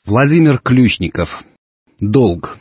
Владимир Ключников. Долг.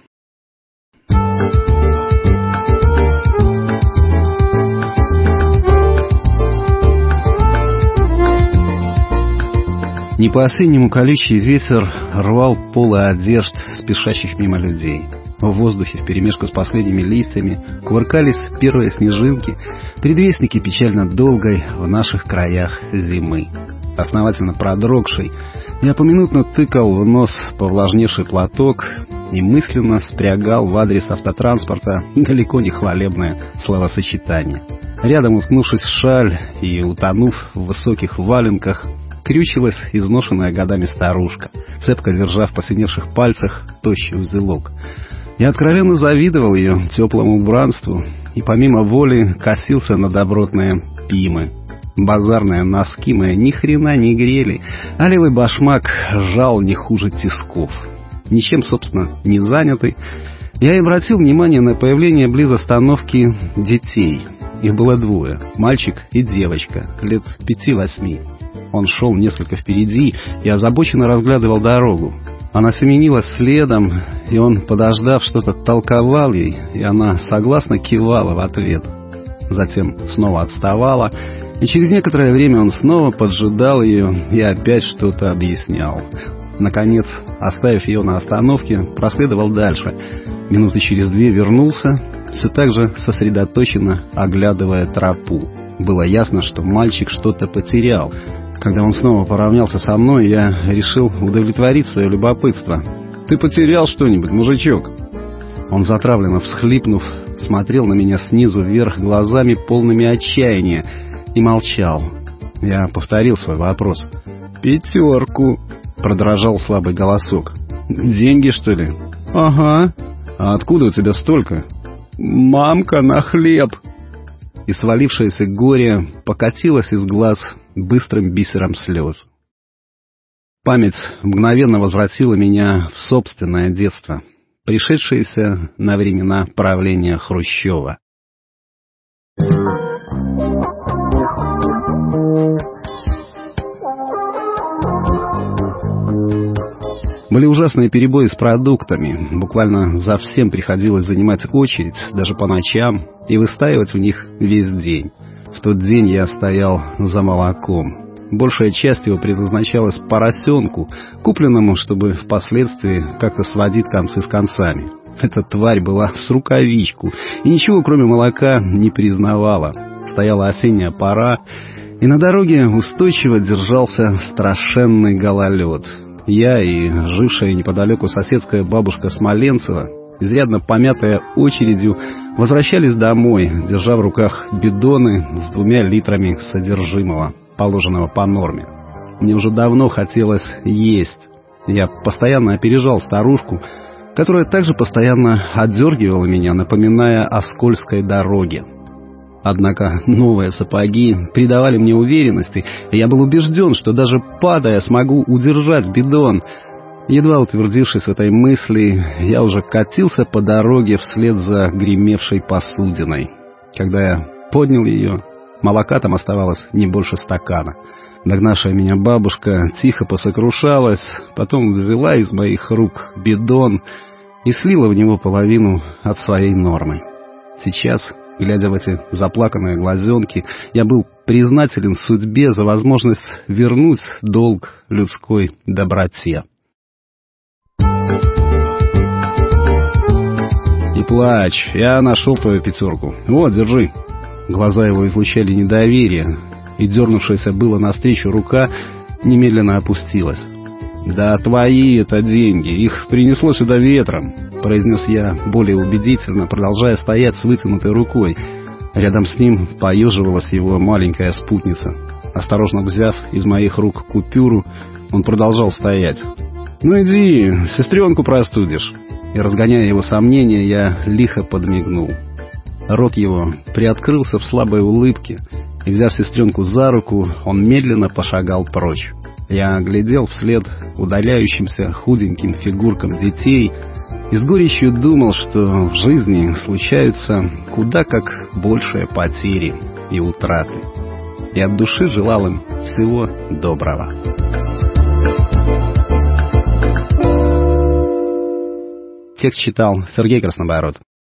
Не по-осеннему колючий ветер рвал полы одежд спешащих мимо людей. В воздухе вперемешку с последними листьями кувыркались первые снежинки, предвестники печально долгой в наших краях зимы. Основательно продрогший, я поминутно тыкал в нос повлажневший платок и мысленно спрягал в адрес автотранспорта далеко не хвалебное словосочетание. Рядом, уткнувшись в шаль и утонув в высоких валенках, крючилась изношенная годами старушка, цепко держа в посиневших пальцах тощий узелок. Я откровенно завидовал ее теплому убранству и помимо воли косился на добротные пимы. Базарные носки мои ни хрена не грели, а левый башмак жал не хуже тисков. Ничем, собственно, не занятый, я и обратил внимание на появление близ остановки детей. Их было двое, мальчик и девочка, лет 5-8. Он шел несколько впереди и озабоченно разглядывал дорогу. Она семенила следом, и он, подождав, что-то толковал ей, и она согласно кивала в ответ. Затем снова отставала, и через некоторое время он снова поджидал ее и опять что-то объяснял. Наконец, оставив ее на остановке, проследовал дальше. Минуты через 2 вернулся, все так же сосредоточенно оглядывая тропу. Было ясно, что мальчик что-то потерял. Когда он снова поравнялся со мной, я решил удовлетворить свое любопытство. «Ты потерял что-нибудь, мужичок?» Он, затравленно всхлипнув, смотрел на меня снизу вверх глазами, полными отчаяния, и молчал. Я повторил свой вопрос. «5», — продрожал слабый голосок. «Деньги, что ли?» «Ага». «А откуда у тебя столько?» «Мамка на хлеб». И свалившееся горе покатилось из глаз быстрым бисером слез. Память мгновенно возвратила меня в собственное детство, пришедшееся на времена правления Хрущева. Были ужасные перебои с продуктами. Буквально за всем приходилось занимать очередь, даже по ночам, и выстаивать в них весь день. В тот день я стоял за молоком. Большая часть его предназначалась поросенку, купленному, чтобы впоследствии как-то сводить концы с концами. Эта тварь была с рукавичку и ничего, кроме молока, не признавала. Стояла осенняя пора, и на дороге устойчиво держался страшенный гололед. Я и жившая неподалеку соседская бабушка Смоленцева, изрядно помятая очередью, возвращались домой, держа в руках бидоны с 2 литрами содержимого, положенного по норме. Мне уже давно хотелось есть. Я постоянно опережал старушку, которая также постоянно отдергивала меня, напоминая о скользкой дороге. Однако новые сапоги придавали мне уверенности, и я был убежден, что даже падая смогу удержать бидон. Едва утвердившись в этой мысли, я уже катился по дороге вслед за гремевшей посудиной. Когда я поднял ее, молока там оставалось не больше стакана. Догнавшая меня бабушка тихо посокрушалась, потом взяла из моих рук бидон и слила в него половину от своей нормы. Сейчас, глядя в эти заплаканные глазенки, я был признателен судьбе за возможность вернуть долг людской доброте. «Не плачь, я нашел твою 5. Вот, держи». Глаза его излучали недоверие, и дернувшаяся было навстречу рука немедленно опустилась. «Да твои это деньги, их принесло сюда ветром», — произнес я более убедительно, продолжая стоять с вытянутой рукой. Рядом с ним поеживалась его маленькая спутница. Осторожно взяв из моих рук купюру, он продолжал стоять. «Ну иди, сестренку простудишь». И, разгоняя его сомнения, я лихо подмигнул. Рот его приоткрылся в слабой улыбке, и, взяв сестренку за руку, он медленно пошагал прочь. Я глядел вслед удаляющимся худеньким фигуркам детей и с горечью думал, что в жизни случаются куда как большие потери и утраты. И от души желал им всего доброго. Текст читал Сергей Краснобород.